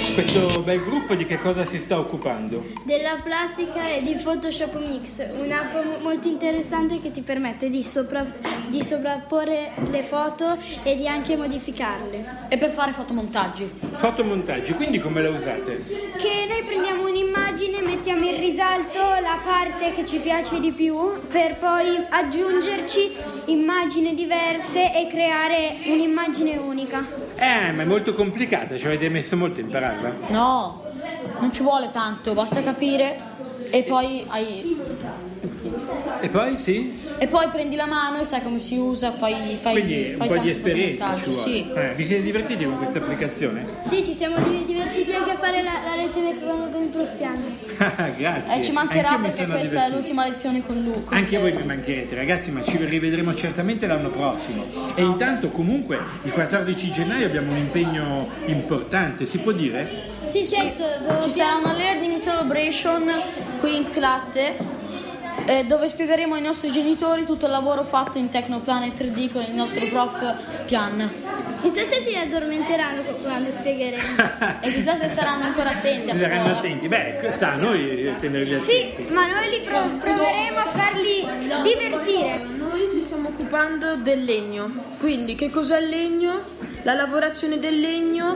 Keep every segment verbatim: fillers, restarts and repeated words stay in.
Questo bel gruppo di che cosa si sta occupando? Della plastica e di Photoshop Mix, un'app mo- molto interessante che ti permette di, sopra- di sovrapporre le foto e di anche modificarle. E per fare fotomontaggi. Fotomontaggi, quindi come la usate? Che noi prendiamo un'immagine, mettiamo in risalto la parte che ci piace di più per poi aggiungerci immagini diverse e creare un'immagine unica. Eh, ma è molto complicata, ci avete messo molto a impararla? No, non ci vuole tanto, basta capire e poi hai... E poi sì? E poi prendi la mano e sai come si usa, poi fai Quindi un fai po' di tanti esperienza ci fotomontaggi, vuole. sì. Eh, vi siete divertiti con questa applicazione? Sì, ci siamo di- divertiti anche a fare la, la lezione con, con il prof Piano. Ah, grazie. Eh, ci mancherà Anch'io mi perché sono questa divertito. è l'ultima lezione con Luca. Anche voi mi mancherete, ragazzi, ma ci rivedremo certamente l'anno prossimo. E intanto comunque il quattordici gennaio abbiamo un impegno importante, si può dire? Sì, certo. dove- Ci sarà una learning celebration qui in classe eh, dove spiegheremo ai nostri genitori tutto il lavoro fatto in Technoplanet tre D con il nostro prof Pian. Chissà se si addormenteranno quando spiegheremo. E chissà se staranno ancora attenti a Saranno scuola. attenti. Beh, sta a noi tenerli attenti. Sì, ma noi li pro- proveremo a farli divertire. Noi ci stiamo occupando del legno, quindi che cos'è il legno, la lavorazione del legno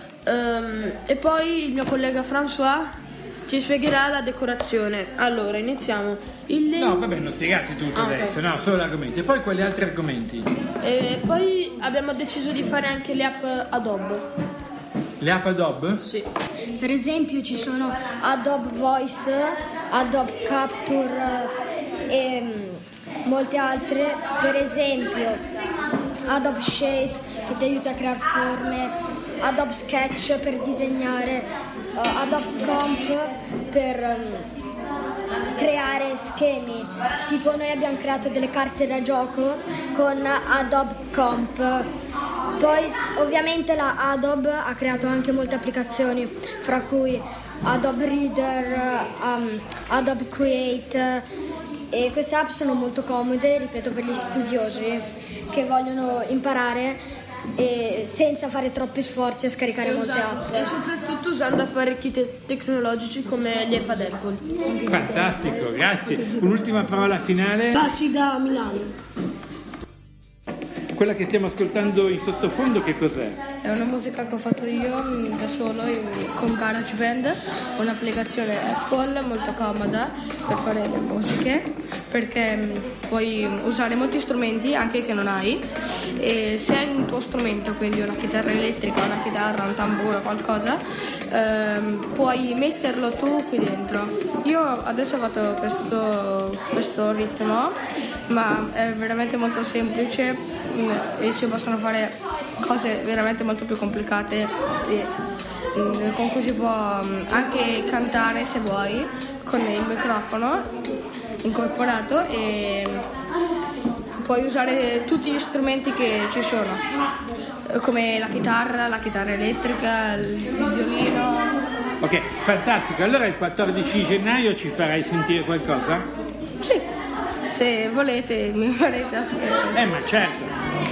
ehm, e poi il mio collega François ci spiegherà la decorazione. Allora, iniziamo. Il legno. No, vabbè, non spiegate tutto Ah, ok. adesso, no, solo l'argomento. E poi quali altri argomenti? E poi abbiamo deciso di fare anche le app Adobe. Le app Adobe? Sì. Per esempio ci sono Adobe Voice, Adobe Capture e mm, molte altre. Per esempio Adobe Shape che ti aiuta a creare forme, Adobe Sketch per disegnare, uh, Adobe Comp per um, creare schemi. Tipo noi abbiamo creato delle carte da gioco con Adobe Comp. Poi ovviamente la Adobe ha creato anche molte applicazioni, fra cui Adobe Reader, um, Adobe Create, e queste app sono molto comode, ripeto, per gli studiosi che vogliono imparare e senza fare troppi sforzi a scaricare molte app. E soprattutto usando apparecchi te- tecnologici come gli iPad Apple. Fantastico, grazie. Un'ultima parola finale. Baci da Milano. Quella che stiamo ascoltando in sottofondo che cos'è? È una musica che ho fatto io mh, da solo in- con GarageBand, un'applicazione Apple molto comoda per fare le musiche, perché mh, puoi usare molti strumenti anche che non hai, e se hai un tuo strumento, quindi una chitarra elettrica, una chitarra, un tamburo, qualcosa, ehm, puoi metterlo tu qui dentro. Io adesso ho fatto questo, questo ritmo, ma è veramente molto semplice mh, e si possono fare cose veramente molto più complicate e, mh, con cui si può mh, anche cantare se vuoi con il microfono incorporato e mh, puoi usare tutti gli strumenti che ci sono, eh, come la chitarra, la chitarra elettrica, il, il violino. Ok, fantastico. Allora il quattordici gennaio ci farai sentire qualcosa? Sì, se volete mi farete ascoltare. Eh, ma certo.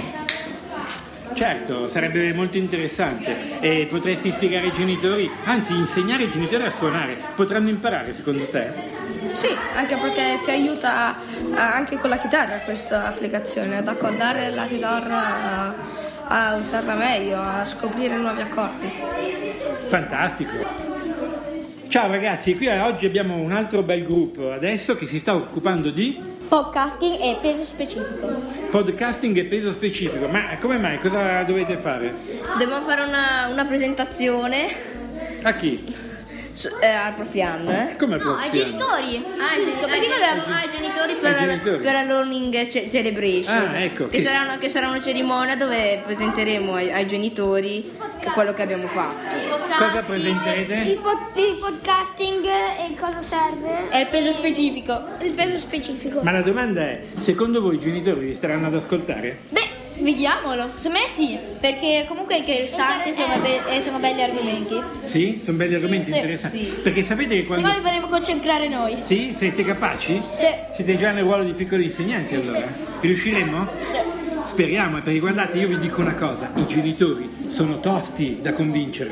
Certo, sarebbe molto interessante. E potresti spiegare ai genitori, anzi insegnare ai genitori a suonare. Potranno imparare secondo te? Sì, anche perché ti aiuta a- anche con la chitarra questa applicazione, ad accordare la chitarra, a, a usarla meglio, a scoprire nuovi accordi. Fantastico. Ciao ragazzi, qui oggi abbiamo un altro bel gruppo adesso che si sta occupando di Podcasting e peso specifico. podcasting e peso specifico. Ma come mai? Cosa dovete fare? Dobbiamo fare una, una presentazione A chi? su- eh, al prof Ian, eh? Come No, ai genitori. Ah, ai, geni- ai, geni- ai genitori per, Ai genitori. per la learning ce- celebration. Ah, ecco, Che, che- sarà una, che sarà una cerimonia dove presenteremo ai, ai genitori quello che abbiamo fatto. Cosa presenterete? Il, pod- il podcasting e cosa serve? È il peso specifico. Il peso specifico. Ma la domanda è, secondo voi i genitori vi staranno ad ascoltare? Beh, vediamolo. Secondo me sì, perché comunque è interessante, sono, be- e sono belli argomenti. Sì? Sono belli argomenti Sì, interessanti. sì. Perché sapete che quando... Secondo me faremo concentrare noi. Sì? Siete capaci? Sì. Siete già nel ruolo di piccoli insegnanti allora? Riusciremo? Speriamo, perché guardate, io vi dico una cosa, i genitori sono tosti da convincere.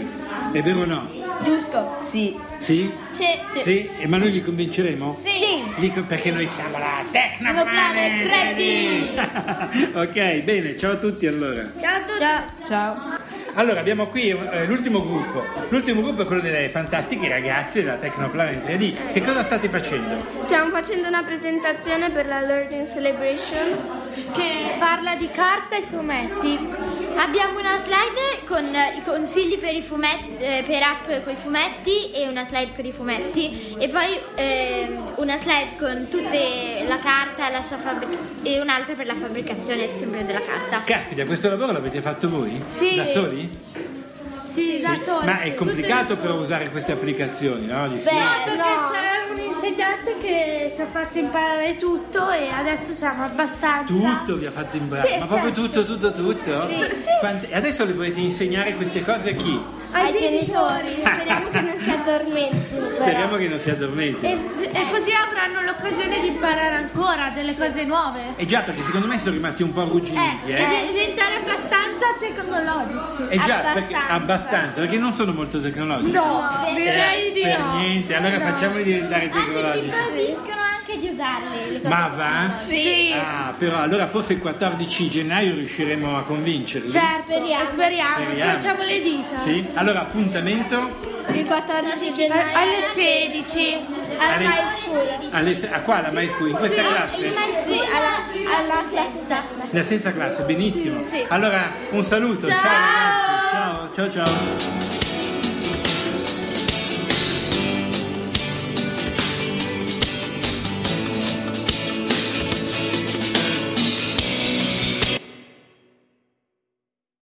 È vero o no? Giusto? Sì. Sì? Sì. Sì? E ma noi li convinceremo? Sì. Li con- perché noi siamo la Tecnoplanet Tecnoplanet. Ok, bene, ciao a tutti allora. Ciao a tutti. Ciao. Ciao. Allora, abbiamo qui eh, l'ultimo gruppo. L'ultimo gruppo è quello delle fantastiche ragazze della Tecnoplanet tre D. Che cosa state facendo? Stiamo facendo una presentazione per la Learning Celebration che parla di carta e fumetti. Abbiamo una slide con i consigli per i fumetti, eh, per app con i fumetti e una slide per i fumetti e poi ehm, una slide con tutta la carta la sua fabbric- e un'altra per la fabbricazione sempre della carta. Caspita, questo lavoro l'avete fatto voi? Sì. Da soli? Sì, da soli. Ma è complicato però usare queste applicazioni, no? Difficile. No, perché c'è un insegnante che ci ha fatto imparare tutto e adesso siamo abbastanza. Tutto vi ha fatto imparare, Sì, ma proprio sì. tutto, tutto, tutto? Sì. Quante- E adesso le volete insegnare queste cose a chi? Ai genitori, speriamo che non si addormentino. Speriamo che non si addormenti. E, e così avranno l'occasione di imparare ancora delle cose nuove. E già, perché secondo me sono rimasti un po' arrugginiti, Eh, eh? e diventare abbastanza tecnologici. E già, perché abbastanza, perché non sono molto tecnologici. No, direi Eh, di per no. niente, allora facciamoli diventare tecnologici. Capiscono anche di usarle le cose. Ma va? Sì. Ah, però allora forse il quattordici gennaio riusciremo a convincerli. Certo, speriamo. Speriamo. Speriamo. Facciamo le dita. Sì? Allora appuntamento Il quattordici gennaio alle sedici alla Alle- high school. alle, a qua la Mai School, in questa classe? Sì, alla, alla classe sesta. Nella stessa classe, benissimo. Sì. Allora un saluto, ciao, Ciao. ragazzi, ciao, ciao ciao.